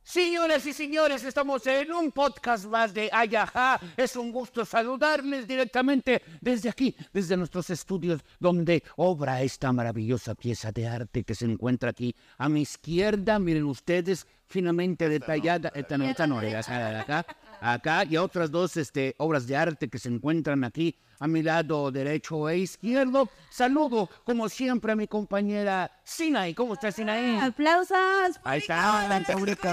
Señoras y señores, estamos en un podcast más de Ayaja. Es un gusto saludarles directamente desde aquí, desde nuestros estudios, donde obra esta maravillosa pieza de arte que se encuentra aquí a mi izquierda. Miren ustedes, finamente detallada. Esta no era acá, y otras dos obras de arte que se encuentran aquí a mi lado derecho e izquierdo. Saludo, como siempre, a mi compañera Sinaí. ¿Cómo estás, Sinaí? ¡Aplausos! Ahí está, la pública.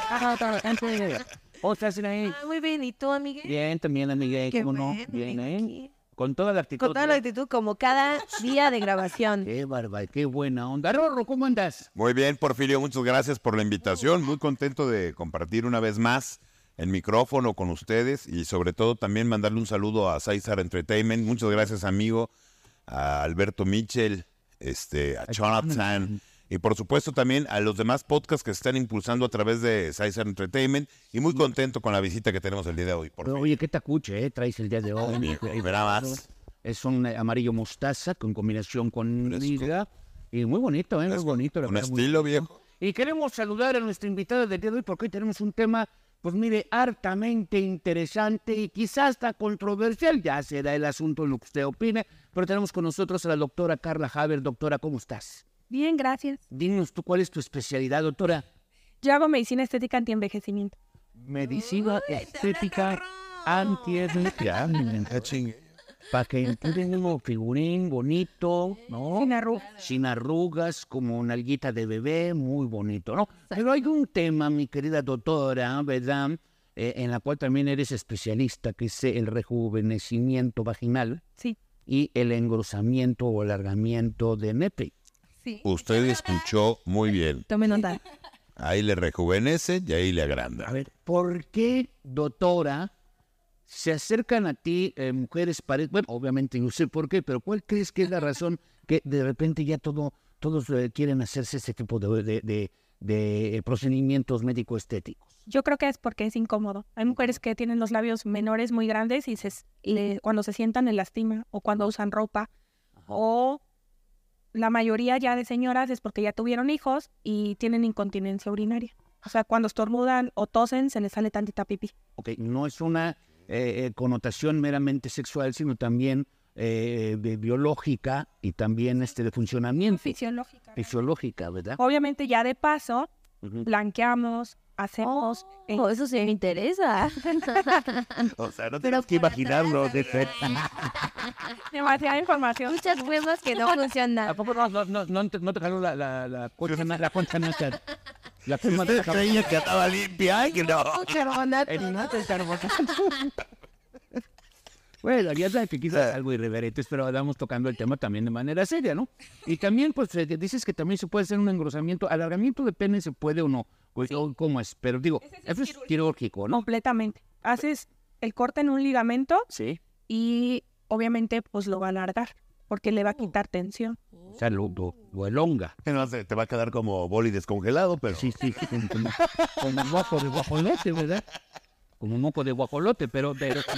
¿Cómo estás, Sinaí? Muy bien, ¿y tú, Miguel? Bien, también, Miguel, ¿cómo no? Bien, aquí. Con toda la actitud. Con toda la actitud, como cada día de grabación. Qué bárbaro, qué buena onda. Rorro, ¿cómo andas? Muy bien, Porfirio, muchas gracias por la invitación. Muy contento de compartir una vez más el micrófono con ustedes y sobre todo también mandarle un saludo a César Entertainment. Muchas gracias, amigo, a Alberto Mitchell, a Jonathan y por supuesto también a los demás podcasts que se están impulsando a través de César Entertainment y muy contento con la visita que tenemos el día de hoy. Oye, qué tacuche, traes el día de hoy. Verá más. Es un amarillo mostaza con combinación con liga y muy bonito, muy bonito. Un estilo viejo. Y queremos saludar a nuestra invitada del día de hoy porque hoy tenemos un tema, pues mire, hartamente interesante y quizás hasta controversial. Ya será el asunto en lo que usted opine, pero tenemos con nosotros a la doctora Carla Haber. Doctora, ¿cómo estás? Bien, gracias. Dinos tú, ¿cuál es tu especialidad, doctora? Yo hago medicina estética anti-envejecimiento. Medicina estética anti-envejecimiento. Para que tengan un figurín bonito, ¿no? Sin arrugas. Sin arrugas, como una alguita de bebé, muy bonito, ¿no? Pero hay un tema, mi querida doctora, ¿verdad? En la cual también eres especialista, que es el rejuvenecimiento vaginal. Sí. Y el engrosamiento o alargamiento de nepe. Sí. Usted escuchó muy bien. Tome nota. Ahí le rejuvenece y ahí le agranda. A ver, ¿por qué, doctora, se acercan a ti mujeres parejas? Bueno, obviamente yo sé por qué, pero ¿cuál crees que es la razón que de repente ya todos quieren hacerse este tipo de procedimientos médico-estéticos? Yo creo que es porque es incómodo. Hay mujeres que tienen los labios menores muy grandes y cuando se sientan les lastima, o cuando usan ropa, o la mayoría ya de señoras es porque ya tuvieron hijos y tienen incontinencia urinaria. O sea, cuando estornudan o tosen se les sale tantita pipí. Ok, no es una connotación meramente sexual, sino también biológica y también de funcionamiento. Fisiológica, ¿verdad? Obviamente ya de paso blanqueamos, hacemos... eso sí me interesa. O sea, no tenemos que imaginarlo. Demasiada información. Muchas pruebas que no funcionan. ¿A poco no te jaló la concha nácar? La firma de creía que estaba limpia y que no. Bueno, ya sabes que quizás algo irreverente, pero estamos tocando el tema también de manera seria, ¿no? Y también, pues, dices que también se puede hacer un engrosamiento. ¿Alargamiento de pene se puede o no? Pues, sí. ¿Cómo es? Pero digo, eso es quirúrgico, ¿no? Completamente. Haces el corte en un ligamento. Sí. Y obviamente, pues, lo va a alargar, porque le va a quitar tensión. O sea, lo elonga. No sé, te va a quedar como boli descongelado, pero... Sí, como moco de guajolote, ¿verdad? Como moco de guajolote, pero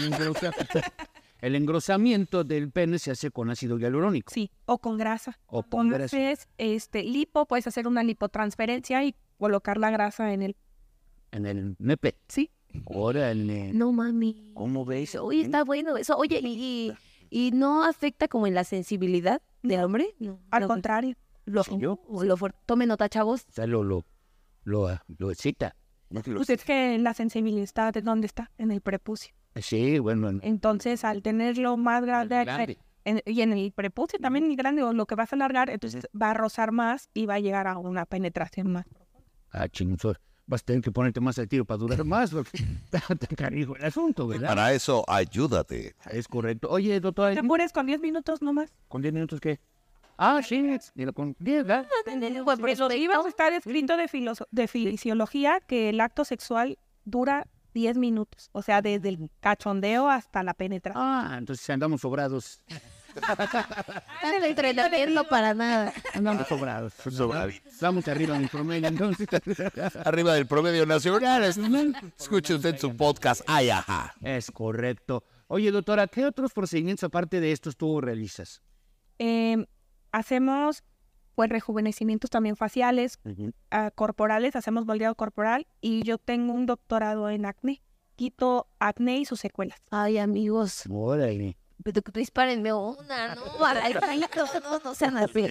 el engrosamiento del pene se hace con ácido hialurónico. Sí, o con grasa. O con grasa. Haces lipo, puedes hacer una lipotransferencia y colocar la grasa en el... ¿En el nepe? Sí. Órale. No, mami. ¿Cómo ves? Oye, está bueno eso. Oye, ¿y no afecta como en la sensibilidad del hombre? No. Al contrario. Tome nota, chavos. O sea, lo excita. Pues es que la sensibilidad, ¿de dónde está? En el prepucio. Sí, bueno. Entonces, al tenerlo más grande. Y en el prepucio también es grande, o lo que vas a alargar, entonces va a rozar más y va a llegar a una penetración más. Chingón. Vas a tener que ponerte más al tiro para durar más, porque te carijo el asunto, ¿verdad? Para eso, ayúdate. Es correcto. Oye, doctora... ¿Te apures con 10 minutos nomás? ¿Con 10 minutos qué? Sí, con 10, ¿verdad? En los libros está escrito de fisiología que el acto sexual dura 10 minutos. O sea, desde el cachondeo hasta la penetración. Entonces andamos sobrados. En el entrenamiento para nada. Andamos sobrados. Estamos arriba del promedio, entonces. Arriba del promedio nacional. Escuche usted su podcast. Ay, ajá. Es correcto. Oye, doctora, ¿qué otros procedimientos aparte de estos tú realizas? Hacemos pues rejuvenecimientos también faciales, corporales, hacemos moldeado corporal y yo tengo un doctorado en acné. Quito acné y sus secuelas. Ay, amigos, Órale. pero dispárenme una, ¿no? Al grito, no sean así.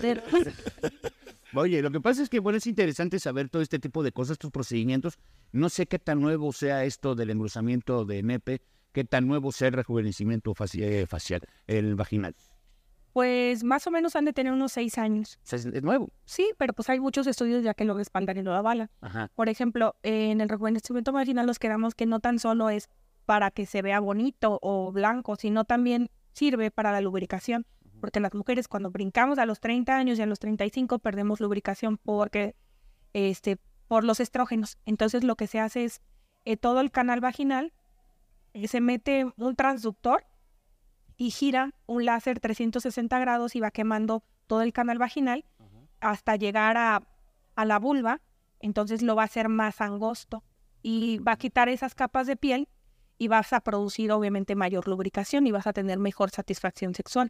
Oye, lo que pasa es que, bueno, es interesante saber todo este tipo de cosas, estos procedimientos. No sé qué tan nuevo sea esto del engrosamiento de nepe, qué tan nuevo sea el rejuvenecimiento facial, el vaginal. Pues más o menos han de tener unos 6 años. O sea, es nuevo. Sí, pero pues hay muchos estudios ya que lo respaldan y lo avalan. Ajá. Por ejemplo, en el rejuvenecimiento vaginal nos quedamos que no tan solo es para que se vea bonito o blanco, sino también sirve para la lubricación. Porque las mujeres cuando brincamos a los 30 años y a los 35 perdemos lubricación porque, por los estrógenos. Entonces lo que se hace es todo el canal vaginal, se mete un transductor y gira un láser 360 grados y va quemando todo el canal vaginal hasta llegar a la vulva. Entonces lo va a hacer más angosto y va a quitar esas capas de piel y vas a producir obviamente mayor lubricación y vas a tener mejor satisfacción sexual.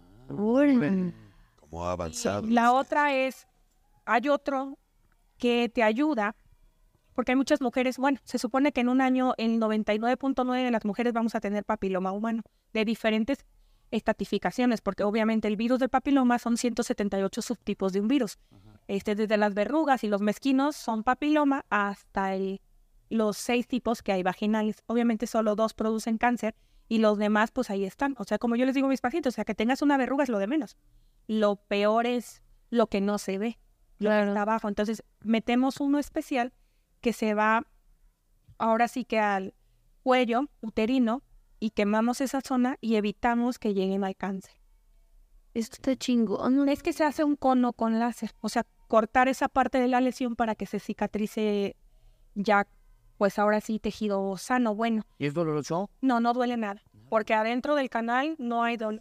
Como ha avanzado. La otra es, hay otro que te ayuda, porque hay muchas mujeres, bueno, se supone que en un año el 99.9 de las mujeres vamos a tener papiloma humano, de diferentes estratificaciones, porque obviamente el virus del papiloma son 178 subtipos de un virus. Desde las verrugas y los mezquinos son papiloma hasta los 6 tipos que hay vaginales. Obviamente solo 2 producen cáncer y los demás pues ahí están. O sea, como yo les digo a mis pacientes, o sea, que tengas una verruga es lo de menos. Lo peor es lo que no se ve, lo que está abajo. Entonces metemos uno especial que se va ahora sí que al cuello uterino y quemamos esa zona y evitamos que lleguen al cáncer. Esto está chingón. Es que se hace un cono con láser, o sea, cortar esa parte de la lesión para que se cicatrice ya, pues ahora sí, tejido sano, bueno. ¿Y es doloroso? No duele nada, porque adentro del canal no hay dolor.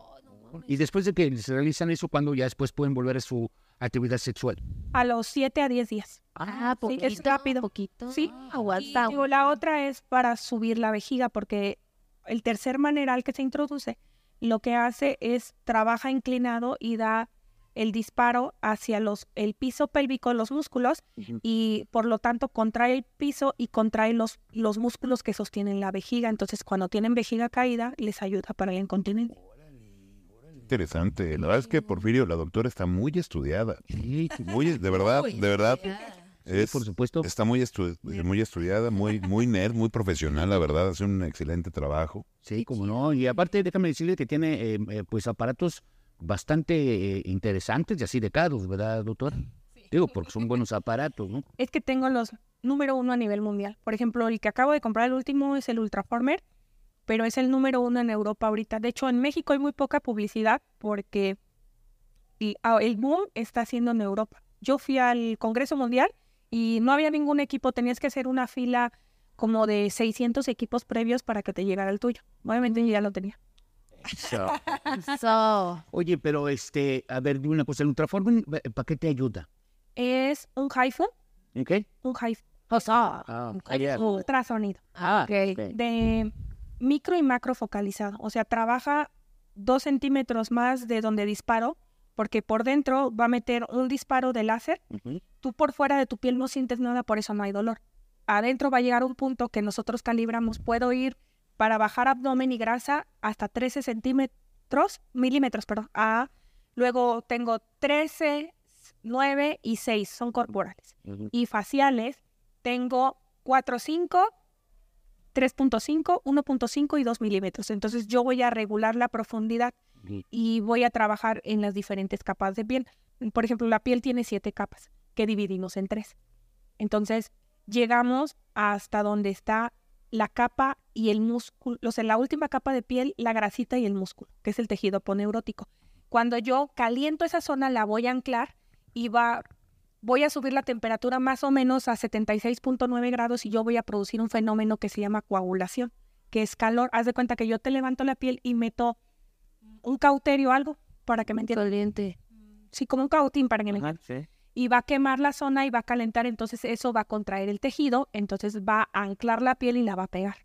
Y después de que se realizan eso, ¿cuándo ya después pueden volver a su actividad sexual? A los 7 a 10 días. Poquito, es rápido. Poquito. Sí. Aguanta. Y digo, la otra es para subir la vejiga, porque el tercer maneral que se introduce, lo que hace es trabaja inclinado y da el disparo hacia el piso pélvico, los músculos, y por lo tanto contrae el piso y contrae los músculos que sostienen la vejiga. Entonces, cuando tienen vejiga caída, les ayuda para la incontinencia. Interesante. La verdad es que Porfirio, la doctora está muy estudiada. Sí, De verdad. por supuesto. Está muy estudiada, muy nerd, muy profesional, la verdad. Hace un excelente trabajo. Sí, como no. Y aparte, déjame decirle que tiene pues aparatos bastante interesantes y así de caros, ¿verdad, doctora? Digo, porque son buenos aparatos, ¿no? Es que tengo los número 1 a nivel mundial. Por ejemplo, el que acabo de comprar, el último, es el Ultraformer, pero es el número 1 en Europa ahorita. De hecho, en México hay muy poca publicidad porque el boom está haciendo en Europa. Yo fui al Congreso Mundial y no había ningún equipo, tenías que hacer una fila como de 600 equipos previos para que te llegara el tuyo. Obviamente yo ya lo tenía. Oye, pero a ver, dime una cosa, ¿el Ultraformer para qué te ayuda? Es un HIFU. ¿Qué? Un HIFU. Ultrasonido. De micro y macro focalizado. O sea, trabaja 2 centímetros más de donde disparo, porque por dentro va a meter un disparo de láser. Tú por fuera de tu piel no sientes nada, por eso no hay dolor. Adentro va a llegar un punto que nosotros calibramos. Puedo ir para bajar abdomen y grasa hasta 13 milímetros. Luego tengo 13, 9 y 6, son corporales. Y faciales tengo 4, 5, 3.5, 1.5 y 2 milímetros. Entonces yo voy a regular la profundidad y voy a trabajar en las diferentes capas de piel. Por ejemplo, la piel tiene 7 capas que dividimos en 3. Entonces llegamos hasta donde está la capa y el músculo, o sea, la última capa de piel, la grasita y el músculo, que es el tejido poneurótico. Cuando yo caliento esa zona, la voy a anclar y voy a subir la temperatura más o menos a 76.9 grados y yo voy a producir un fenómeno que se llama coagulación, que es calor. Haz de cuenta que yo te levanto la piel y meto un cauterio o algo para que me entiendas. Caliente. Sí, como un cautín para que me entiendas. Sí. Y va a quemar la zona y va a calentar, entonces eso va a contraer el tejido, entonces va a anclar la piel y la va a pegar.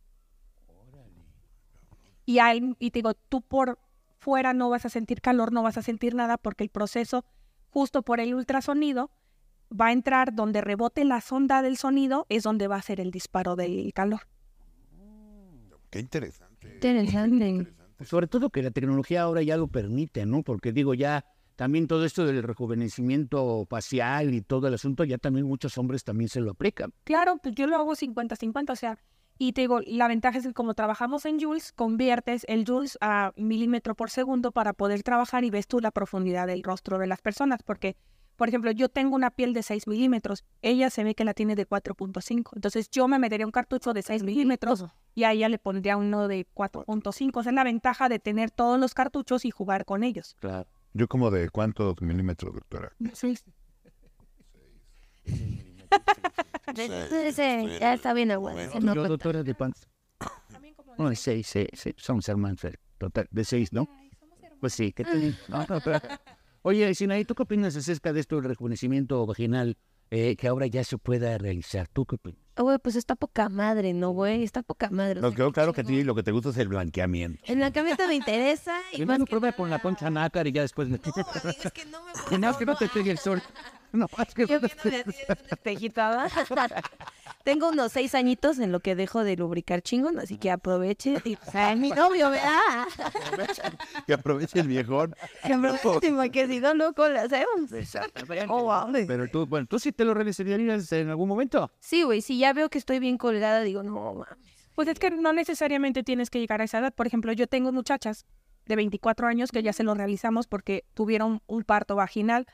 Y te digo, tú por fuera no vas a sentir calor, no vas a sentir nada porque el proceso justo por el ultrasonido, va a entrar donde rebote la sonda del sonido, es donde va a ser el disparo del calor. Qué interesante. Interesante. Sobre todo que la tecnología ahora ya lo permite, ¿no? Porque digo, ya también todo esto del rejuvenecimiento facial y todo el asunto, ya también muchos hombres también se lo aplican. Claro, pues yo lo hago 50-50, o sea, y te digo, la ventaja es que como trabajamos en joules, conviertes el joules a milímetro por segundo para poder trabajar y ves tú la profundidad del rostro de las personas, porque, por ejemplo, yo tengo una piel de 6 milímetros, ella se ve que la tiene de 4.5, entonces yo me metería un cartucho de 6 milímetros y a ella le pondría uno de 4.5, o sea, es la ventaja de tener todos los cartuchos y jugar con ellos. Claro. ¿Yo como de cuántos milímetros, doctora? Sí. Ya está bien, abuelo. Yo, doctora, de panza. No, de 6, somos hermanos, total, de 6, ¿no? Pues sí, ¿qué te... Oye, Sinaí, ¿tú qué opinas acerca de esto del rejuvenecimiento vaginal que ahora ya se pueda realizar? ¿Tú qué opinas? Güey, pues está poca madre, ¿no, güey? Está poca madre. o Nos sea, quedó qué claro que a chingón. ti lo que te gusta es el blanqueamiento. El blanqueamiento me interesa. Y Primero más que prueba nada- con la concha nácar y ya después... No, amigo, es que no me Y nada, que no te pegue el sol. No, es que Yo no te viéndome así desde un espejito, ¿verdad? Tengo unos 6 añitos en lo que dejo de lubricar chingón, así que aproveche. Y, o sea, mi novio, ¿verdad? Que aproveche el viejón. Que aproveche, porque si no, loco, le hacemos. Oh, wow. Pero tú, bueno, ¿tú sí te lo realizarías en algún momento? Sí, güey, si ya veo que estoy bien colgada, digo, no, mames. Pues es que no necesariamente tienes que llegar a esa edad. Por ejemplo, yo tengo muchachas de 24 años que ya se lo realizamos porque tuvieron un parto vaginal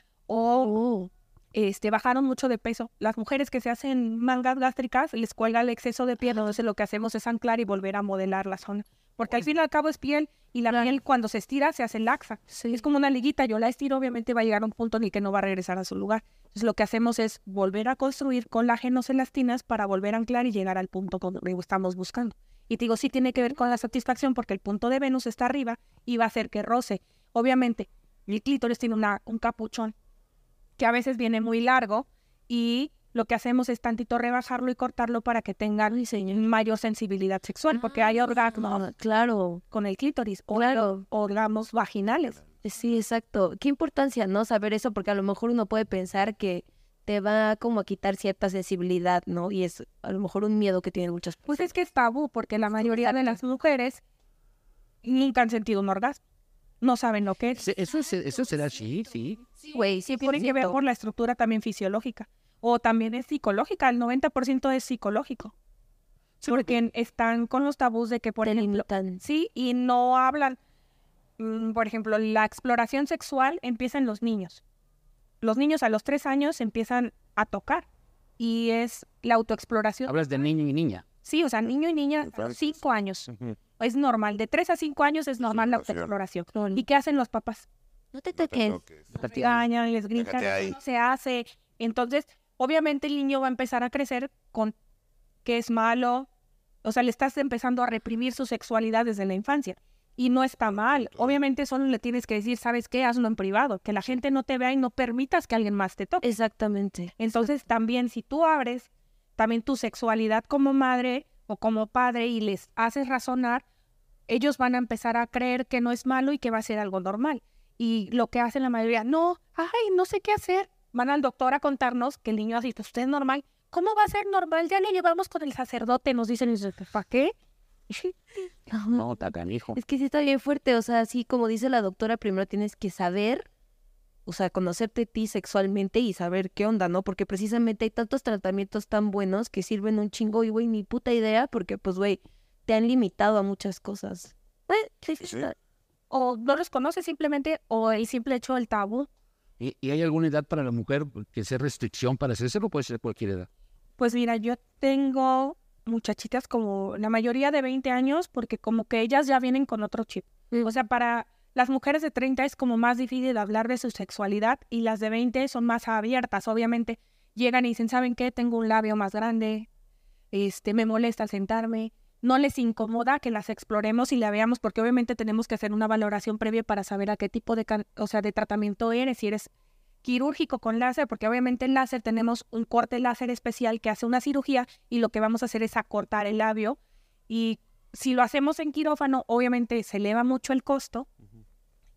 o bajaron mucho de peso. Las mujeres que se hacen mangas gástricas les cuelga el exceso de piel, entonces lo que hacemos es anclar y volver a modelar la zona. Porque al fin y al cabo es piel y la piel cuando se estira se hace laxa. Sí. Es como una liguita, yo la estiro, obviamente va a llegar a un punto en el que no va a regresar a su lugar. Entonces lo que hacemos es volver a construir colágenos elastinas para volver a anclar y llegar al punto que estamos buscando. Y te digo, sí tiene que ver con la satisfacción porque el punto de Venus está arriba y va a hacer que roce. Obviamente, el clítoris tiene un capuchón que a veces viene muy largo y lo que hacemos es tantito rebajarlo y cortarlo para que tengan mayor sensibilidad sexual, porque hay orgasmos Claro, con el clítoris o Claro. orgasmos vaginales. sí, exacto. Qué importancia, ¿no? Saber eso, porque a lo mejor uno puede pensar que te va como a quitar cierta sensibilidad, ¿no? Y es a lo mejor un miedo que tienen muchas personas. Pues es que es tabú, porque la mayoría de las mujeres nunca han sentido un orgasmo. No saben lo que es. Eso será así, sí. Sí, güey, sí, Tiene que ver por la estructura también fisiológica. O también es psicológica. El 90% es psicológico. Porque están con los tabús de que, por te ejemplo, limitan. sí, y no hablan. Por ejemplo, la exploración sexual empieza en los niños. Los niños a los 3 años empiezan a tocar. Y es la autoexploración. Hablas de niño y niña. Sí, o sea, niño y niña, 5 años. Es normal. De 3 a 5 años es normal la autoexploración. ¿Y qué hacen los papás? No te toques. Regañan, les gritan, Déjate ahí. no se hace. Entonces, obviamente el niño va a empezar a crecer con que es malo. O sea, le estás empezando a reprimir su sexualidad desde la infancia. Y no está mal. Obviamente solo le tienes que decir, ¿sabes qué? Hazlo en privado. Que la gente no te vea y no permitas que alguien más te toque. Exactamente. Entonces, también si tú abres también tu sexualidad como madre o como padre y les haces razonar, ellos van a empezar a creer que no es malo y que va a ser algo normal. Y lo que hacen la mayoría, no sé qué hacer. Van al doctor a contarnos que el niño así, usted es normal. ¿Cómo va a ser normal? Ya le llevamos con el sacerdote, nos dicen, ¿para qué? No, está canijo. Es que sí está bien fuerte, o sea, sí, como dice la doctora, primero tienes que saber, o sea, conocerte a ti sexualmente y saber qué onda, ¿no? Porque precisamente hay tantos tratamientos tan buenos que sirven un chingo y, güey, ni puta idea, porque, pues, güey, te han limitado a muchas cosas. Sí. O no los conoces simplemente, o el simple hecho del tabú. ¿Y hay alguna edad para la mujer que sea restricción para hacerse o puede ser cualquier edad? Pues mira, yo tengo muchachitas como la mayoría de 20 años porque como que ellas ya vienen con otro chip. O sea, para las mujeres de 30 es como más difícil hablar de su sexualidad y las de 20 son más abiertas. Obviamente llegan y dicen, ¿saben qué? Tengo un labio más grande, me molesta al sentarme. No les incomoda que las exploremos y la veamos porque obviamente tenemos que hacer una valoración previa para saber a qué tipo de tratamiento eres. Si eres quirúrgico con láser, porque obviamente en láser tenemos un corte láser especial que hace una cirugía y lo que vamos a hacer es acortar el labio. Y si lo hacemos en quirófano, obviamente se eleva mucho el costo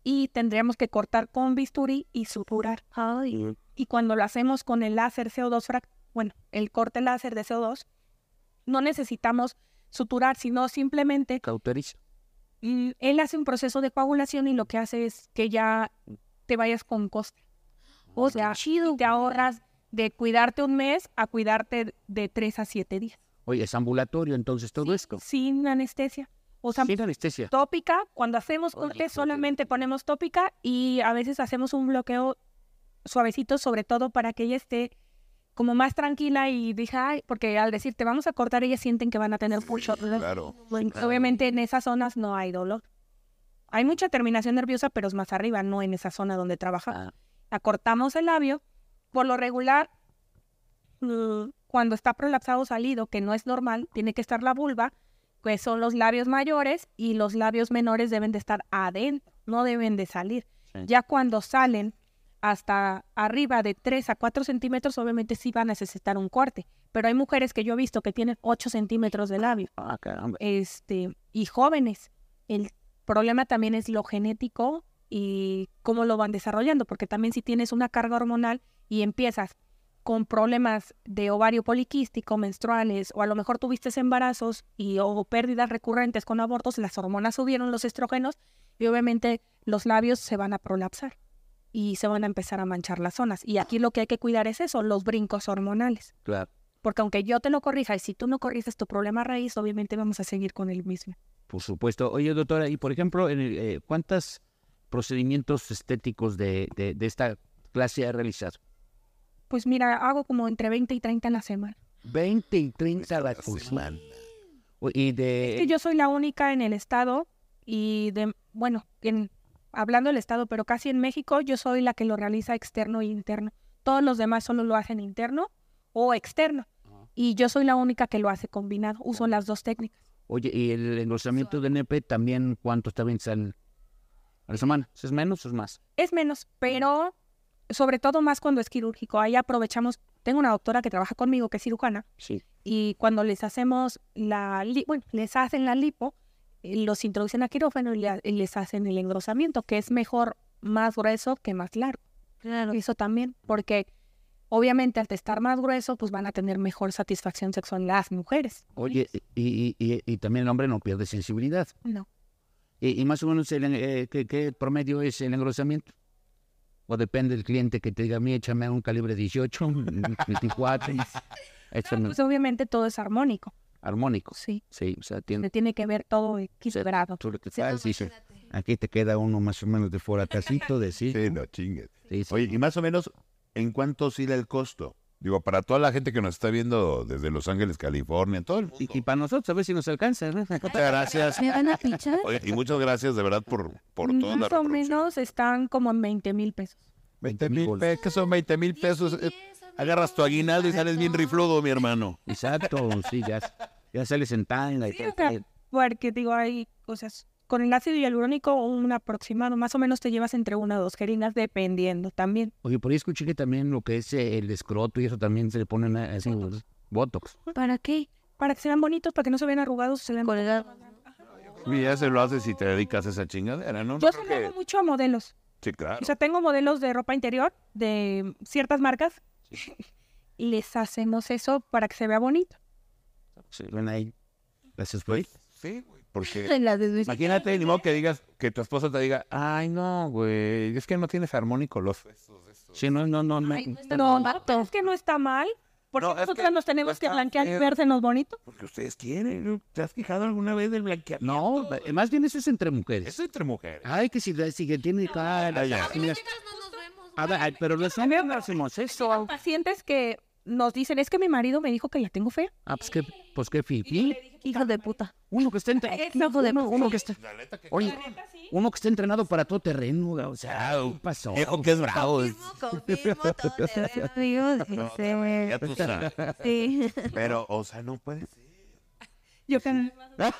y tendríamos que cortar con bisturí y suturar. Ay, Y cuando lo hacemos con el láser CO2, el corte láser de CO2, no necesitamos suturar, sino simplemente Cauteriza. él hace un proceso de coagulación y lo que hace es que ya te vayas con coste. O sea, chido. te ahorras de cuidarte un mes a cuidarte de 3 a 7 días. Oye, es ambulatorio entonces todo esto. Sin anestesia. O sea, Sin anestesia. tópica, cuando hacemos corte solamente ponemos tópica y a veces hacemos un bloqueo suavecito, sobre todo para que ella esté como más tranquila y diga, ay, porque al decir te vamos a cortar, ellas sienten que van a tener mucho dolor. Claro. Obviamente en esas zonas no hay dolor. Hay mucha terminación nerviosa, pero es más arriba, no en esa zona donde trabaja. Ah, Acortamos el labio. Por lo regular, cuando está prolapsado salido, que no es normal, tiene que estar la vulva, que son los labios mayores, y los labios menores deben de estar adentro, no deben de salir. Sí. Ya cuando salen hasta arriba de 3 a 4 centímetros, obviamente sí van a necesitar un corte. Pero hay mujeres que yo he visto que tienen 8 centímetros de labio. caramba. Y jóvenes. El problema también es lo genético y cómo lo van desarrollando, porque también si tienes una carga hormonal y empiezas con problemas de ovario poliquístico, menstruales, o a lo mejor tuviste embarazos o pérdidas recurrentes con abortos, las hormonas subieron, los estrógenos, y obviamente los labios se van a prolapsar y se van a empezar a manchar las zonas. Y aquí lo que hay que cuidar es eso, los brincos hormonales. Claro. Porque aunque yo te lo corrija y si tú no corriges tu problema raíz, obviamente vamos a seguir con el mismo. Por supuesto. Oye, doctora, y por ejemplo, ¿cuántos procedimientos estéticos de esta clase ha realizado? Pues mira, hago como entre 20 y 30 en la semana. 20 y 30 a la semana. Y Es que yo soy la única en el estado hablando del estado, pero casi en México, yo soy la que lo realiza externo e interno. Todos los demás solo lo hacen interno o externo. Y yo soy la única que lo hace combinado. Uso las dos técnicas. Oye, ¿y el engrosamiento de nepe también cuántos también salen a la semana? ¿Es menos o es más? Es menos, pero sobre todo más cuando es quirúrgico. Ahí aprovechamos. Tengo una doctora que trabaja conmigo que es cirujana. Sí. Y cuando les hacemos les hacen la lipo, los introducen a quirófano y les hacen el engrosamiento, que es mejor más grueso que más largo. Claro. Eso también, porque obviamente al estar más grueso, pues van a tener mejor satisfacción sexual las mujeres. Oye, y también el hombre no pierde sensibilidad. No. Y más o menos, ¿qué promedio es el engrosamiento? O depende del cliente que te diga, a mí échame un calibre 18, 24. Échame Pues obviamente todo es armónico. armónico. Sí. Sí, o sea, Se tiene que ver todo equilibrado. tú lo que sabes, dice, aquí te queda uno más o menos de foratacito de sí. Sí, no chingues. Sí, sí. Oye, y más o menos, ¿en cuánto oscila el costo? Digo, para toda la gente que nos está viendo desde Los Ángeles, California, todo el mundo. Y para nosotros, a ver si nos alcanza. ¿No? Muchas gracias. ¿Me van a fichar? Oye, y muchas gracias de verdad por toda la Más o reproducción. menos están como en 20,000 pesos. 20,000 pesos, ¿qué son 20,000 pesos? Agarras tu aguinaldo y sales bien rifludo, mi hermano. Exacto, sí, ya sales en tanga y Sí, todo. o sea, porque digo, hay cosas. Con el ácido hialurónico, un aproximado, más o menos te llevas entre 1 o 2 jeringas, dependiendo también. Oye, por ahí escuché que también lo que es el escroto y eso también se le ponen así, botox. ¿Para qué? Para que se vean bonitos, para que no se vean arrugados, se vean Colgado. Y ya se lo haces si te dedicas a esa chingadera, ¿no? Yo No se creo lo que- hago mucho a modelos. Sí, claro. O sea, tengo modelos de ropa interior de ciertas marcas y les hacemos eso para que se vea bonito. Sí, ven ahí. Gracias, güey. Sí, güey. Porque Las de imagínate, ni modo que digas, que tu esposa te diga, ay, no, güey, es que no tienes armónico los... Sí, no. No, es que no está mal. Porque No, es nosotros que nos tenemos no que está blanquear y feo. vernos bonitos. Porque ustedes quieren. ¿Te has fijado alguna vez del blanqueamiento? No, más bien eso es entre mujeres. Es entre mujeres. Ay, que si que tiene cara. Ay, ya. A ver, ay, pero los hombres no hacemos eso. Pacientes que nos dicen, es que mi marido me dijo que la tengo fea. Ah, pues qué fifi. Hijo de puta. Uno que está entrenado. Uno que está. Oye, uno que está entrenado para todo terreno. O sea, ¿qué pasó? Dijo que es bravo. Confirmo todo terreno, amigo. Ya tú sabes. Sí. Pero, o sea, no puede ser. Yo que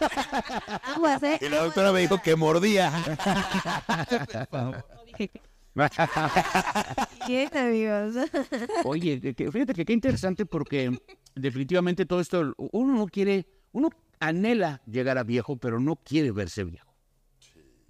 Aguas, Y la doctora me dijo que mordía. ¿Qué, amigos? Oye, fíjate que qué interesante porque definitivamente todo esto, uno anhela llegar a viejo, pero no quiere verse viejo.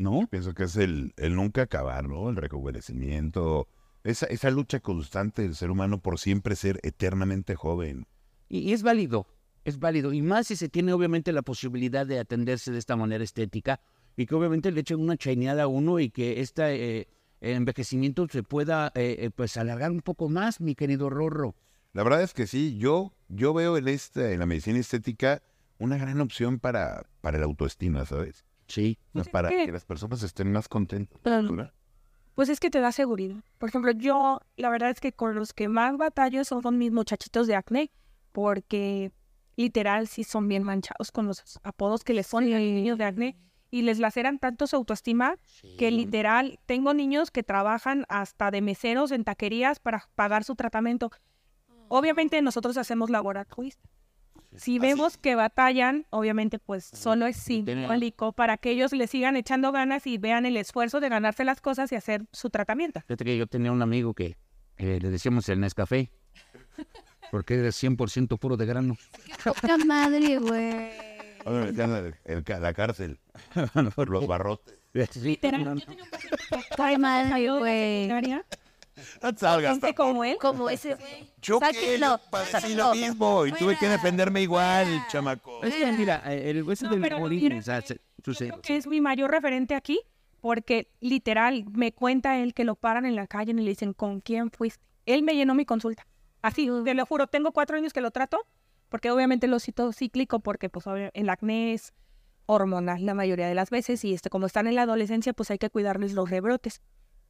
¿no? Pienso que es el nunca acabar, ¿no? El rejuvenecimiento, esa lucha constante del ser humano por siempre ser eternamente joven. Y es válido, y más si se tiene obviamente la posibilidad de atenderse de esta manera estética y que obviamente le echen una chaineada a uno y que este envejecimiento se pueda pues alargar un poco más, mi querido Rorro. La verdad es que sí, yo veo en la medicina estética una gran opción para la autoestima, ¿sabes? Sí. Pues Para es que- que las personas estén más contentas. Claro. ¿verdad? Pues es que te da seguridad. Por ejemplo, yo, la verdad es que con los que más batallo son con mis muchachitos de acné, porque literal sí son bien manchados con los apodos que les ponen a los niños de acné y les laceran tanto su autoestima que literal tengo niños que trabajan hasta de meseros en taquerías para pagar su tratamiento. Obviamente nosotros hacemos laboratorio. Si vemos que batallan, obviamente pues solo es simbólico para que ellos le sigan echando ganas y vean el esfuerzo de ganarse las cosas y hacer su tratamiento. Fíjate que yo tenía un amigo que le decíamos el Nescafé, porque era 100% puro de grano. Poca madre, güey. Ahora me decían la cárcel, los barrotes. Literal, yo tenía un paciente Poca madre, de güey. secundaria, No salgas. gente como él. Como ese güey. Yo Sáquenlo, padecí lo sáquenlo. mismo y tuve que defenderme igual, chamaco. Es que, mira, el hueso No, del pero morir, mira, o sea, yo sucede. creo que es mi mayor referente aquí, porque literal me cuenta él que lo paran en la calle y le dicen, ¿con quién fuiste? Él me llenó mi consulta. Así, te lo juro, tengo 4 años que lo trato, porque obviamente lo cito cíclico, porque pues el acné es hormonal la mayoría de las veces, y como están en la adolescencia, pues hay que cuidarles los rebrotes.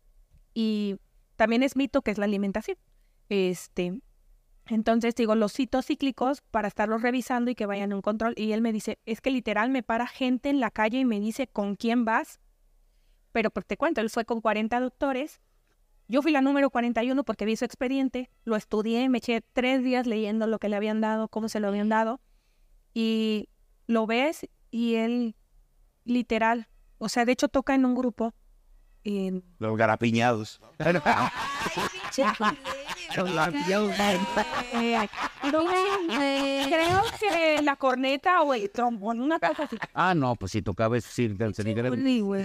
Y también es mito que es la alimentación. Entonces, digo, los cito cíclicos para estarlos revisando y que vayan a un control. Y él me dice, es que literal me para gente en la calle y me dice, ¿con quién vas? Pero pues, te cuento, él fue con 40 doctores. Yo fui la número 41 porque vi su expediente, lo estudié, me eché 3 días leyendo lo que le habían dado, cómo se lo habían dado. Y lo ves y él, literal, o sea, de hecho toca en un grupo. Los garapiñados. Creo que la corneta o el trombón, una cosa así. Ah, no, pues si tocaba eso, sí, sería grave. Sí, güey.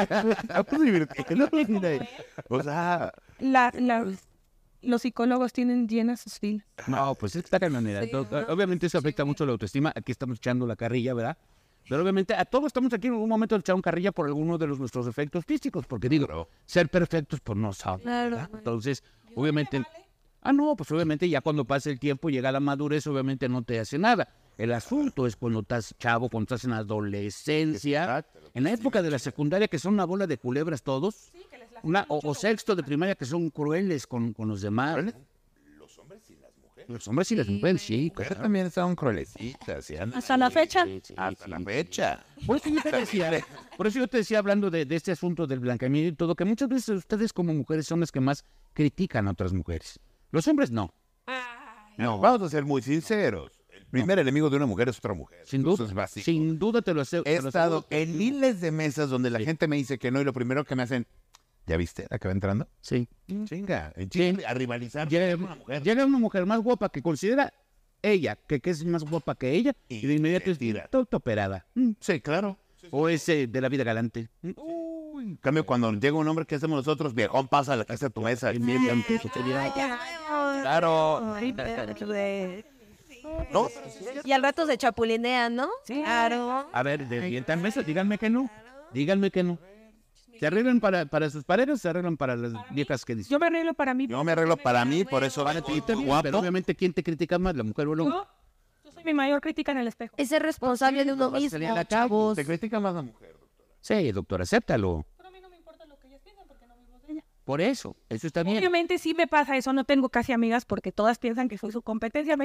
O sea, Los psicólogos tienen llenas sus filas. No, pues es que está cañonera. Entonces, obviamente eso afecta mucho la autoestima. Aquí estamos echando la carrilla, ¿verdad? Pero obviamente a todos estamos aquí en algún momento echando carrilla por alguno de nuestros defectos físicos, porque digo, ser perfectos pues no saben. Claro, ¿verdad? güey. Entonces, obviamente... Ah, no, pues obviamente ya cuando pasa el tiempo, llega la madurez, obviamente no te hace nada. El asunto es cuando estás chavo, cuando estás en la adolescencia, en la época de la secundaria, que son una bola de culebras todos, o sexto de primaria, que son crueles con los demás. Los hombres y las mujeres, sí. mujeres claro. también estaban cruelecitas. y andan Hasta la fecha. hasta la fecha. Por eso yo te decía, hablando de este asunto del blanqueamiento y todo, que muchas veces ustedes como mujeres son las que más critican a otras mujeres. Los hombres no. No, vamos a ser muy sinceros. El primer enemigo de una mujer es otra mujer. Sin Eso duda. es básico. Sin duda te lo aseguro. He estado en miles de mesas donde la gente me dice que no y lo primero que me hacen, ¿ya viste la que va entrando? Sí. Chinga, a rivalizar. Llega una mujer más guapa que considera ella, que es más guapa que ella, y de inmediato es tira. toda operada. Sí, claro. O es de la vida galante. En cambio, cuando llega un hombre, ¿qué hacemos nosotros? Viejón, pasa la casa a tu mesa. Claro. ¿No? Y al rato se chapulinean, ¿no? Claro. A ver, desvientan mesas, díganme que no. Díganme que no. ¿Se arreglan para sus parejas o se arreglan para las viejas que dicen? Yo me arreglo para mí. Yo me arreglo para mí, por eso van a ti, Pero guapo. obviamente, ¿quién te critica más, la mujer o el hombre? Yo soy mi mayor crítica en el espejo. Es ser responsable de uno Vas a mismo, salir a la calle, chavos. Te critica más la mujer. Sí, doctor, acéptalo. Pero a mí no me importa lo que ellas piensan porque no vivo de ella. Por eso está bien. Obviamente sí me pasa eso, no tengo casi amigas porque todas piensan que soy su competencia.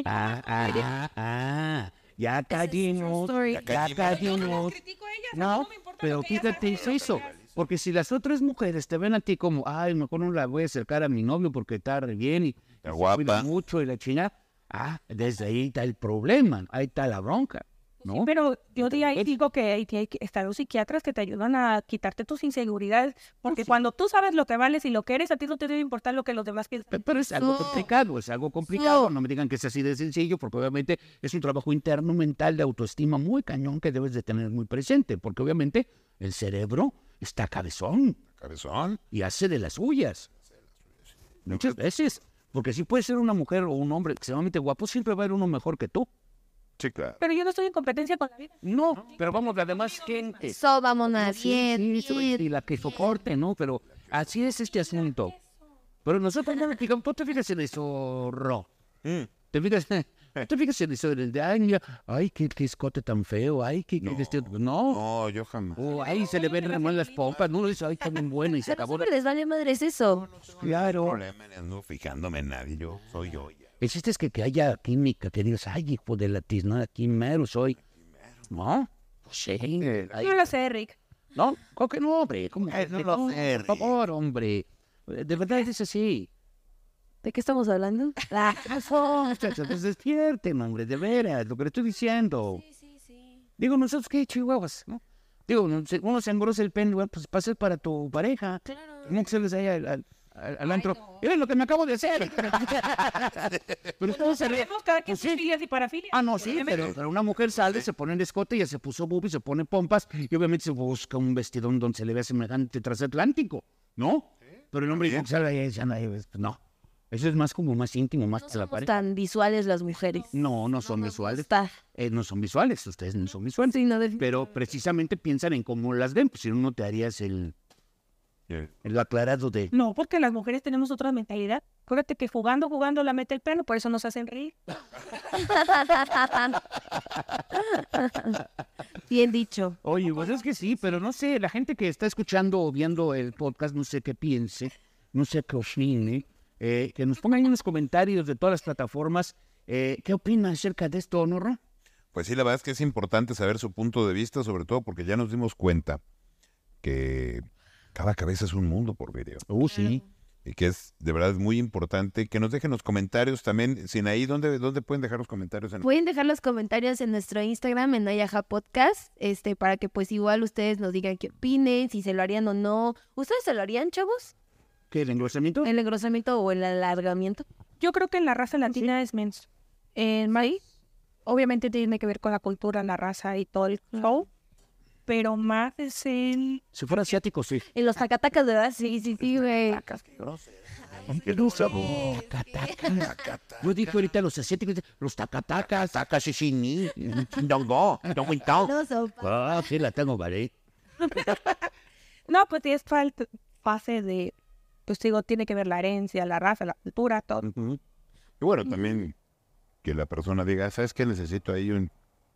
Ya callimos, story. ya callimos. Critico a ellas, No, me importa pero lo que ellas fíjate, hacen. es eso. Porque si las otras mujeres te ven a ti como, ay, mejor no la voy a acercar a mi novio porque está re bien y se guapa. cuida mucho y la chingada. Desde ahí está el problema, ahí está la bronca, ¿no? Pero yo de ahí digo que hay que estar los psiquiatras que te ayudan a quitarte tus inseguridades, porque cuando tú sabes lo que vales y lo que eres, a ti no te debe importar lo que los demás piensan. Pero es algo complicado, no me digan que es así de sencillo, porque obviamente es un trabajo interno mental de autoestima muy cañón que debes de tener muy presente, porque obviamente el cerebro está cabezón Cabezón. y hace de las suyas. Muchas veces. Porque si puede ser una mujer o un hombre extremadamente guapo, siempre va a haber uno mejor que tú. Sí, claro. Pero yo no estoy en competencia con la vida. No, pero vamos, la demás gente. Eso, vámonos, Sí, bien, sí, bien. y la que soporte, ¿no? Pero así es este asunto. Pero nosotros no fijamos, tú te fijas en eso, Ro. ¿Te fijas en eso? Ay, qué escote tan feo, ay, qué vestido. No. No, yo jamás. Ahí se le ven remar las pompas, no, dice, ay, está bien buena y se Pero acabó. siempre les vale madres eso. Claro. Problema, ni ando fijándome en nadie. Yo soy yo ya. El chiste es que haya química, que digas, ay, hijo de la tiznada, aquí mero soy. ¿No? Pues sí. Ay, No lo sé, Rick. no, ¿cómo que no, hombre? ¿Cómo? no lo sé, Por favor, hombre. De verdad es así. ¿De qué estamos hablando? Muchachos, pues despierten, hombre, de veras, lo que le estoy diciendo. Digo, nosotros qué chihuahuas, ¿no? Digo, uno se engrosa el pene, bueno, pues pasa para tu pareja. Claro. No que se les haya al antro. Miren lo que me acabo de hacer. Pero ustedes se ríen. Tenemos cada quien Pues sus sí. filias y parafilias. Ah, no, sí, pero una mujer sale, se pone el escote, ya se puso boobies, se pone pompas y obviamente se busca un vestidón donde se le vea semejante transatlántico, ¿no? Pero el hombre que sale ahí, pues, no. Eso es más como más íntimo, más No que la somos pared. tan visuales las mujeres. No son visuales. Está. No son visuales, ustedes no son visuales. Sí, no, Pero precisamente piensan en cómo las ven, pues si no, no te harías el aclarado de... No, porque las mujeres tenemos otra mentalidad. Acuérdate que jugando la mete el pelo, por eso nos hacen reír. Bien dicho. Oye, pues es que sí, pero no sé, la gente que está escuchando o viendo el podcast, no sé qué piense, no sé qué opine, que nos pongan ahí en los comentarios de todas las plataformas, ¿qué opina acerca de esto, no, Ro? Pues sí, la verdad es que es importante saber su punto de vista, sobre todo porque ya nos dimos cuenta que cada cabeza es un mundo por video. Sí. Y que es, de verdad, muy importante que nos dejen los comentarios también. Sinaí, ¿dónde pueden dejar los comentarios? Pueden dejar los comentarios en nuestro Instagram, en Ayaja Podcast, para que pues igual ustedes nos digan qué opinen, si se lo harían o no. ¿Ustedes se lo harían, chavos? ¿Qué, el engrosamiento? ¿El engrosamiento o el alargamiento? Yo creo que en la raza latina es menos. En maíz, obviamente tiene que ver con la cultura, la raza y todo el show, pero más es en... Si fuera asiático, sí. En los tacatacas, ¿verdad? Sí, güey. Yo dije ahorita los asiáticos, los tacatacas, takashishini, ndongo, ndongwintao. No son Sí, la tengo, ¿vale? No, pues sí es fase de... Pues digo, tiene que ver la herencia, la raza, la cultura, todo. Ujú. Y bueno, también que la persona diga, ¿sabes qué? Necesito ahí un...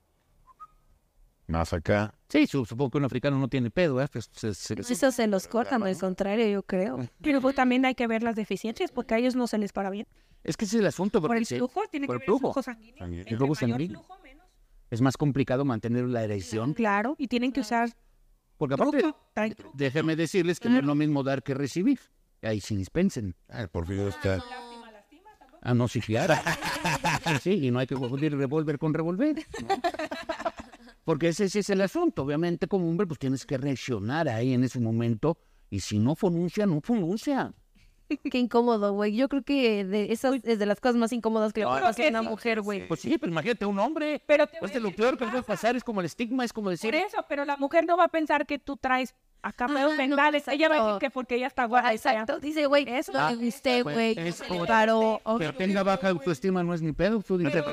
más acá. Sí, supongo que un africano no tiene pedo, ¿eh? Pues, Eso se los cortan, al contrario, yo creo. Pero pues también hay que ver las deficiencias, porque a ellos no se les para bien. es que ese es el asunto, Por porque el sí, flujo, tiene por que el ver el flujo. flujo sanguíneo. Sanguíneo. Entre El flujo mayor sanguíneo. flujo, menos. es más complicado mantener la erección. Claro, y tienen que usar Porque aparte, truco, traen truco. déjeme decirles que no es lo mismo dar que recibir. Ahí sí dispensen. Ay, por fin está. Ah, no, sí, claro. Sí, y no hay que confundir revólver con revólver. ¿no? Porque ese sí es el asunto. Obviamente, como hombre, pues tienes que reaccionar ahí en ese momento. Y si no pronuncia, no pronuncia. Qué incómodo, güey. Yo creo que eso es de las cosas más incómodas que le puede pasar a una mujer, güey. Pues sí, pero imagínate un hombre. Pero te voy Pues a de lo decir peor qué que puede pasa. pasar es como el estigma, es como decir. Por eso, pero la mujer no va a pensar que tú traes acá pedos no, mentales. Ella va a decir exacto. que porque ella está guapa. Exacto. Dice, güey, Eso. no me gusté, güey. es Se como- le paró. Pero tenga baja autoestima, no es ni pedo. Tú dices,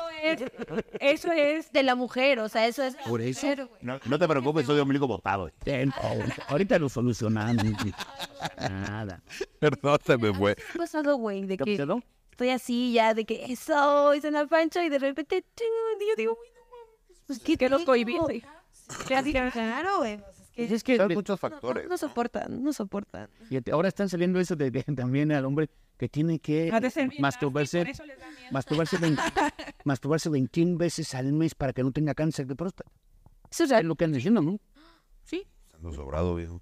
Eso es De la mujer, o sea, eso es. Por eso. Mujer, güey. No te preocupes, soy de ombligo botado. Ahorita lo solucionamos. Nada. Perdón, se me fue. ¿Qué ha pasado, güey? De ¿Qué que pasó? estoy así ya, de que eso, hice una pancha y de repente, yo digo, güey, no mames. Pues que los cohibiste. Claro, güey. Pues, Es que Son muchos factores. no soportan, no soportan. fíjate, ahora están saliendo eso de también al hombre que tiene que Ha de ser bien masturbarse, nasty, por eso les da miedo. masturbarse 21 veces al mes para que no tenga cáncer de próstata. Eso es Es real. lo que andan diciendo, ¿no? Sí. Ando sobrado, viejo.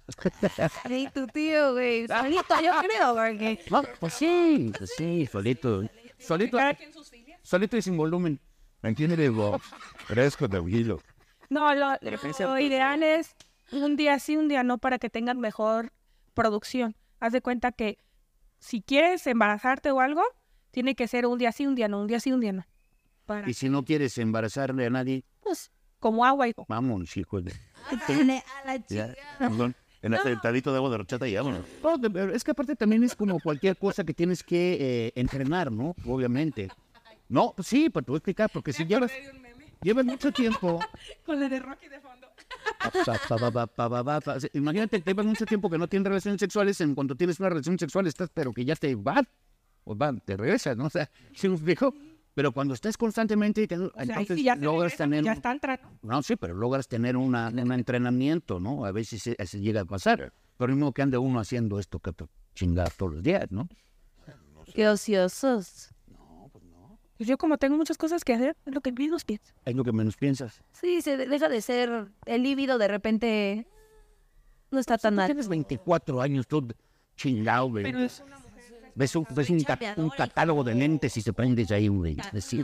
Ay, tu tío, güey. Solito, yo creo, porque. No, pues sí, solito. Cada quien sus filias. Solito y sin volumen. ¿Me entiendes? Fresco, tranquilo. No, lo ideal es un día sí, un día no, para que tengan mejor producción. Haz de cuenta que si quieres embarazarte o algo, tiene que ser un día sí, un día no, un día sí, un día no. Para, Y si no quieres embarazarle a nadie, pues, como agua y vamos, hijo de... Dale a la Ya, chica. perdón. En aceitadito de agua de horchata y vámonos. No, pero es que aparte también es como cualquier cosa que tienes que entrenar, ¿no? Obviamente. No, pues sí, pero te voy a explicar, porque si llevas mucho tiempo... Con la de Rocky de fondo. Imagínate que llevas mucho tiempo que no tienes relaciones sexuales, en cuanto tienes una relación sexual estás, pero que ya te va, te regresas, ¿no? O sea, ¿sí me explico? Pero cuando estás constantemente, O sea, ahí entonces sí ya te logras regresa, tener... ya está entrando. No, sí, pero logras tener un entrenamiento, ¿no? A veces se llega a pasar. Pero mismo que ande uno haciendo esto que chingar todos los días, ¿no? Qué ociosos. Pues yo como tengo muchas cosas que hacer, es lo que menos pienso. Es lo que menos piensas. Sí, se deja de ser el líbido de repente. No está tan Tú mal. tienes 24 años, tú chingado, güey. Pero es una mujer. Ves un catálogo de lentes y se prendes ahí, güey. Así.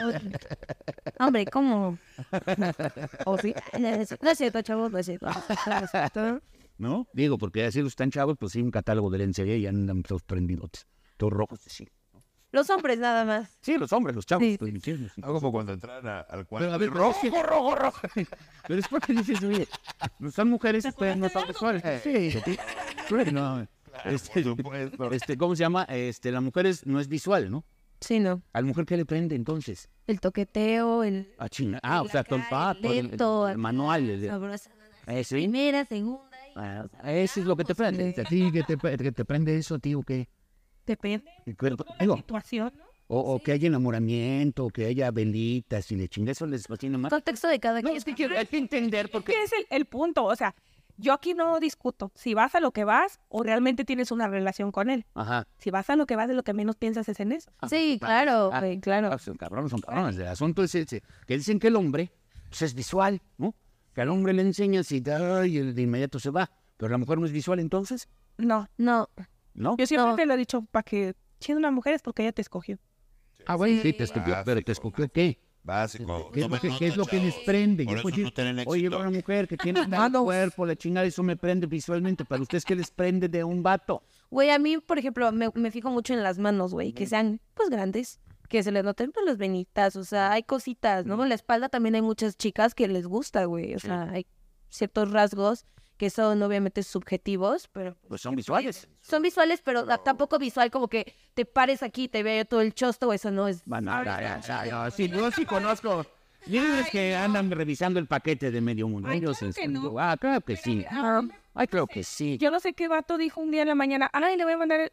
Hombre, ¿cómo? ¿O sí? No es cierto, chavos, no es cierto. ¿No? Digo, porque así los están chavos, pues sí, un catálogo de lencería y andan todos prendidos, todos rojos, sí. Los hombres nada más. Sí, los hombres, los chavos. Sí. Pues, ¿me entiendes? Algo como cuando entran al cuarto. Pero a ver, rojo. Pero es porque dices, oye, son mujeres, pues no son sexuales. Sí, sí. No, Por supuesto. ¿cómo se llama? La mujer no es visual, ¿no? Sí, no. ¿A la mujer qué le prende entonces? El toqueteo, el A China. Ah, o sea, con lento, el manual. sabrosa. Eso, Primera, segunda. eso es lo que te prende. ¿A ti que te prende eso, tío? ¿Qué? Depende El cuerpo. de la Digo, situación, ¿no? o que haya enamoramiento, o que haya velitas y le chingue, eso les fascina más. Contexto de cada No, quien. es que hay que entender porque... ¿Qué es el punto? O sea, yo aquí no discuto si vas a lo que vas o realmente tienes una relación con él. Ajá. Si vas a lo que vas, de lo que menos piensas es en eso. Sí, claro, Ah, güey, claro. Son cabrones. El asunto es ese, que dicen que el hombre pues, es visual, ¿no? Que al hombre le enseñas y de inmediato se va. Pero la mujer no es visual entonces, No, No, ¿no? yo siempre No. te lo he dicho, para que siendo una mujer es porque ella te escogió. Ah, bueno, sí, te escogió. Pero te escogió ¿qué? Básico. ¿Qué es lo que les prende? Por Yo eso puedo no decir, tienen oye, éxito. una mujer que tiene un cuerpo, la chingada, eso me prende visualmente. Para ustedes, ¿qué les prende de un vato? güey, a mí, por ejemplo, me fijo mucho en las manos, güey, que sean, pues, grandes, que se les noten, pues, las venitas, o sea, hay cositas, ¿no? En la espalda también hay muchas chicas que les gusta, güey, o sea, hay ciertos rasgos que son obviamente subjetivos, pero Pues son visuales. son visuales, pero tampoco visual como que te pares aquí, te veo todo el chosto, eso no es... Bueno, sí, yo sí conozco. Miren que andan revisando el paquete de medio mundo. Ay, Yo claro sé, que no. Ah, claro que sí. Ay, creo que sí. Yo no sé qué vato dijo un día en la mañana, ay, le voy a mandar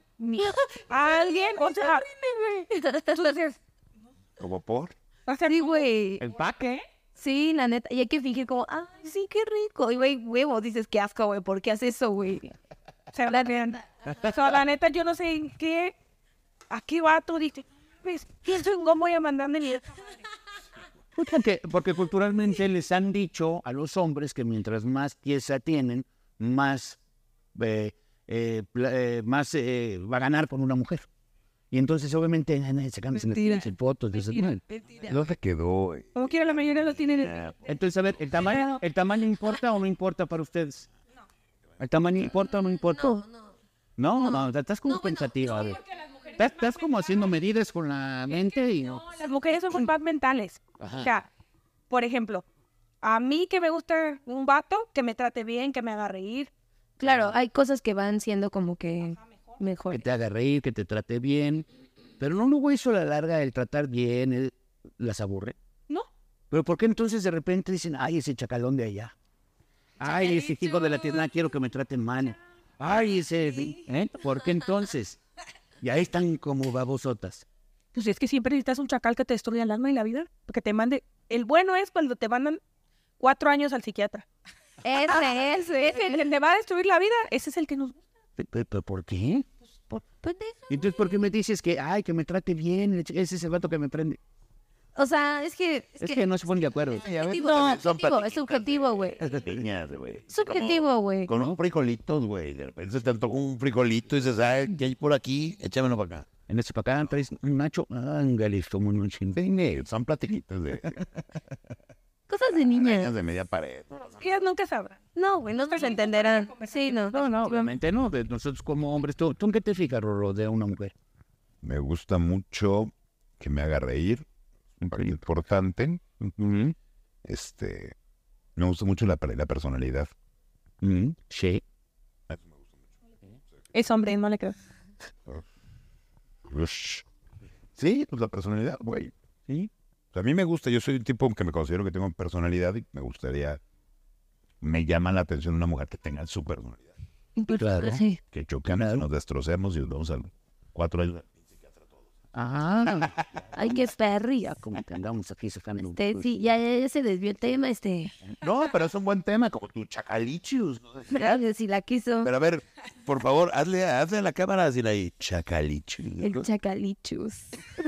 a alguien, o sea, entonces, ¿Como por? va a ser Sí, güey. ¿El paque? Sí, la neta. Y hay que fingir como, ay, sí, qué rico. Y, güey, huevo, dices, qué asco, güey, ¿por qué haces eso, güey? O sea, la neta, yo no sé en qué, a qué vato dice, pues, pienso en cómo voy a mandarme ni Porque culturalmente les han dicho a los hombres que mientras más pieza tienen, más, va a ganar con una mujer. Y entonces, obviamente, se cambian Mentira. fotos. No se quedó, güey. como quiera la mayoría lo tienen. Entonces, a ver, ¿el tamaño importa o no importa para ustedes? ¿El tamaño importa o no importa? No, estás como pensativa. A ver. Estás como haciendo medidas con la mente y no. Las mujeres son más mentales. Ajá. O sea, por ejemplo, a mí que me gusta un vato que me trate bien, que me haga reír. Claro, hay cosas que van siendo como que mejor. Que te haga reír, que te trate bien. Pero no luego eso a la larga, el tratar bien, las aburre. No. Pero ¿por qué entonces de repente dicen, ay, ese chacalón de allá? Ay, ese hijo de la tierra, quiero que me traten mal. Ay, ese... ¿eh? ¿Por qué entonces? Y ahí están como babosotas. Pues es que siempre necesitas un chacal que te destruya el alma y la vida. Porque te mande... El bueno es cuando te mandan 4 años al psiquiatra. Ese. Ese, el que te va a destruir la vida, ese es el que nos gusta. ¿Pero por qué? Pendejo. Entonces, ¿por qué me dices que, ay, que me trate bien? Ese es el vato que me prende. O sea, es que... Es que no se ponen de acuerdo. No, es subjetivo, güey. Niñas, güey. Subjetivo, güey. Con unos frijolitos, güey. De repente se te antoja un frijolito y dices, ay, ¿qué hay por aquí? Échamelo para acá. En este para acá traes un nacho. Ángale, como un chingue. Son platiquitos de Cosas de niñas niña. de media pared. Ellas nunca sabrán. No, güey, no se entenderán. Sí, no. No, obviamente no. De nosotros como hombres, ¿tú en qué te fijas, Rorro, de una mujer? Me gusta mucho que me haga reír. Un poquito importante. Me gusta mucho la personalidad. Sí. Es hombre, no le creo. Ush. Sí, pues la personalidad, güey. Sí. O sea, a mí me gusta, yo soy un tipo que me considero que tengo personalidad y me llama la atención una mujer que tenga su personalidad. Claro. Sí. Que choquemos, nos destrocemos y nos vamos a 4 años. Ah, Ay, qué perri. como que andamos aquí sacando. Sí, ya se desvió el tema, No, pero es un buen tema, como tu chacalichius. ¿No? Gracias, si la quiso. Pero a ver, por favor, hazle a la cámara así ahí, chacalichius. El chacalichus.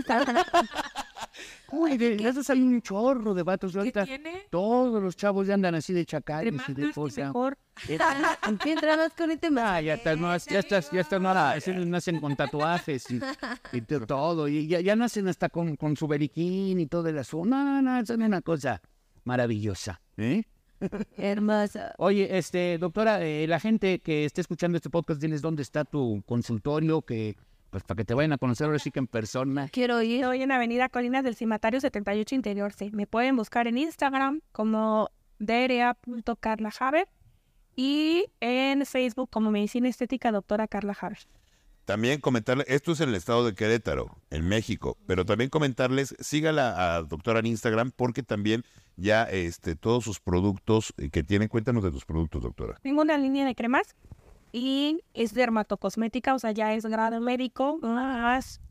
Uy, de esos hay un chorro de vatos. ¿Qué Ahorita tiene? todos los chavos ya andan así de Entre chacales más y de nasty, cosas. mejor. ¿Qué entrabas con este Ah, ya están, no, ya están ahora, nacen con tatuajes y todo, y ya nacen hasta con su beriquín y todo el asunto. No, es una cosa maravillosa. ¿Eh? hermosa? Oye, doctora, la gente que esté escuchando este podcast, ¿tienes dónde está tu consultorio? Pues para que te vayan a conocer ahora sí que en persona. Quiero ir. Hoy en Avenida Colinas del Cimatario 78 Interior C. Me pueden buscar en Instagram como dra.carlahaber y en Facebook como Medicina Estética Doctora Carla Haber. También comentarle, esto es en el estado de Querétaro, en México, pero también comentarles, sígala a doctora en Instagram porque también ya todos sus productos que tienen, cuéntanos de tus productos, doctora. Tengo una línea de cremas y es dermatocosmética, o sea, ya es grado médico, más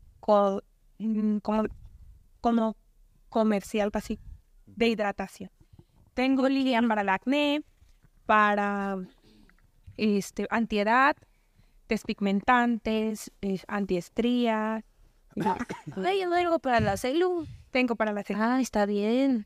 como comercial, así, de hidratación. Tengo línea para el acné, para antiedad, despigmentantes, antiestrías. Ay, yo algo para la salud. Tengo para la ceja. Ah, está bien.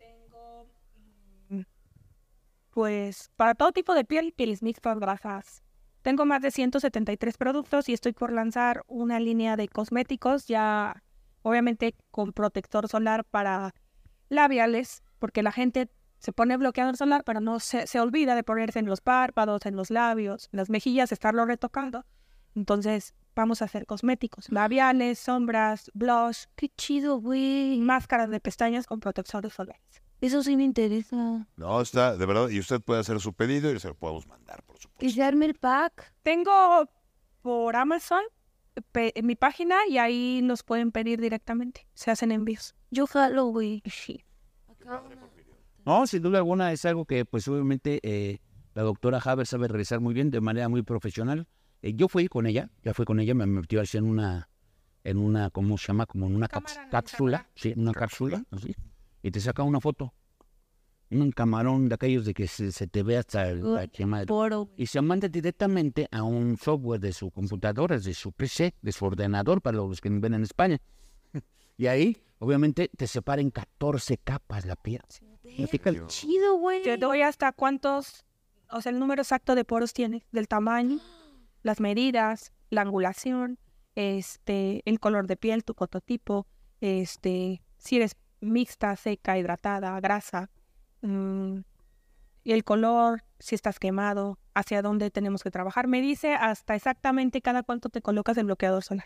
Pues para todo tipo de piel, pieles mixtas, grasas. Tengo más de 173 productos y estoy por lanzar una línea de cosméticos ya, obviamente, con protector solar para labiales, porque la gente se pone bloqueador solar, pero no se olvida de ponerse en los párpados, en los labios, en las mejillas, estarlo retocando. Entonces, vamos a hacer cosméticos, labiales, sombras, blush, Qué chido, güey. máscaras de pestañas con protectores solares. Eso sí me interesa. No, está, de verdad, y usted puede hacer su pedido y se lo podemos mandar, por Que supuesto. se arme el pack. Tengo por Amazon en mi página y ahí los pueden pedir directamente. Se hacen envíos. Yo jalo, güey. Sí. No, sin duda alguna es algo que pues obviamente la doctora Haber sabe realizar muy bien, de manera muy profesional. Yo fui con ella, me metió así en una, ¿cómo se llama? Como en una Cámara cápsula, analizadora. sí, una cápsula, así, y te saca una foto. Un camarón de aquellos de que se te ve hasta la quema. Poro. Y se manda directamente a un software de su computadora, de su PC, de su ordenador, para los que ven en España. Y ahí, obviamente, te separa en 14 capas la piel. Fíjate. Chido, güey. Te doy hasta cuántos, o sea, el número exacto de poros tienes, del tamaño, las medidas, la angulación, el color de piel, tu cototipo, si eres mixta, seca, hidratada, grasa, y el color, si estás quemado, hacia dónde tenemos que trabajar. Me dice hasta exactamente cada cuánto te colocas el bloqueador solar.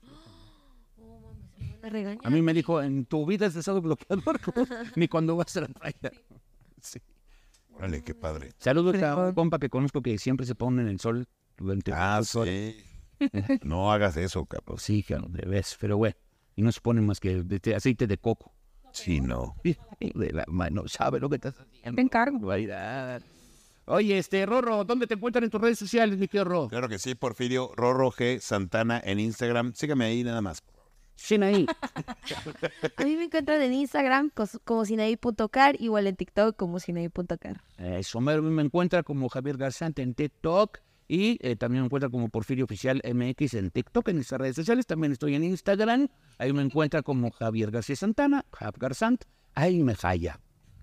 Me regaña. A mí me dijo, en tu vida has usado bloqueador, ni cuando vas a la playa. Sí. Órale, qué padre. Saludos a un compa que conozco que siempre se pone en el sol durante... Sí. No hagas eso, capo. Sí, claro, de vez, pero bueno. Y no se pone más que aceite de coco. Sí, no. De la mano, sabe lo que estás haciendo. Te encargo. Barbaridad. Oye, Rorro, ¿dónde te encuentran en tus redes sociales, mi tío Rorro? Claro que sí, Porfirio Rorro G. Santana en Instagram. Sígame ahí nada más. Sinaí. A mí me encuentran en Instagram como sinaí.car, igual en TikTok como sinaí.car. Eso me encuentra como Javier Garzante en TikTok y también me encuentra como Porfirio Oficial MX en TikTok, en nuestras redes sociales. También estoy en Instagram. Ahí me encuentra como Javier García Santana, Jav Garzant. Ahí me jalla.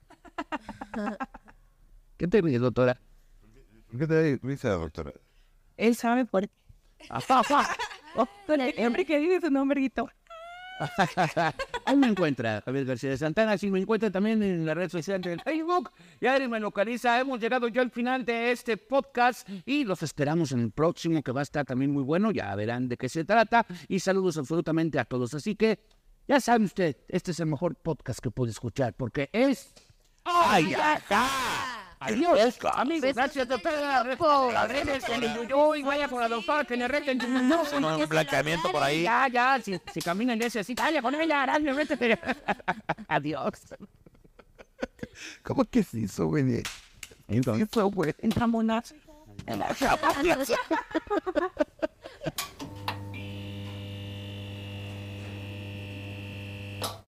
¿Qué te ríes, doctora? ¿Por qué te risa, doctora? Él sabe por qué. Siempre que dice su nombre, grito. Ahí me encuentra Javier García de Santana. Así me encuentra también en la red social del Facebook. Ya me localiza. Hemos llegado ya al final de este podcast y los esperamos en el próximo, que va a estar también muy bueno. Ya verán de qué se trata. Y saludos absolutamente a todos. Así que ya sabe usted, este es el mejor podcast que puede escuchar porque es... ¡Ay, ajá! Adiós, amigos. Gracias, doctora. Arréglese el yuyuy, vaya con la doctora que le arreglen. No, Un blanqueamiento por ahí. ya, si caminan ese así, vaya con ella, vete. Adiós. ¿Cómo que se hizo, güey? Eso, güey. En jamonazo.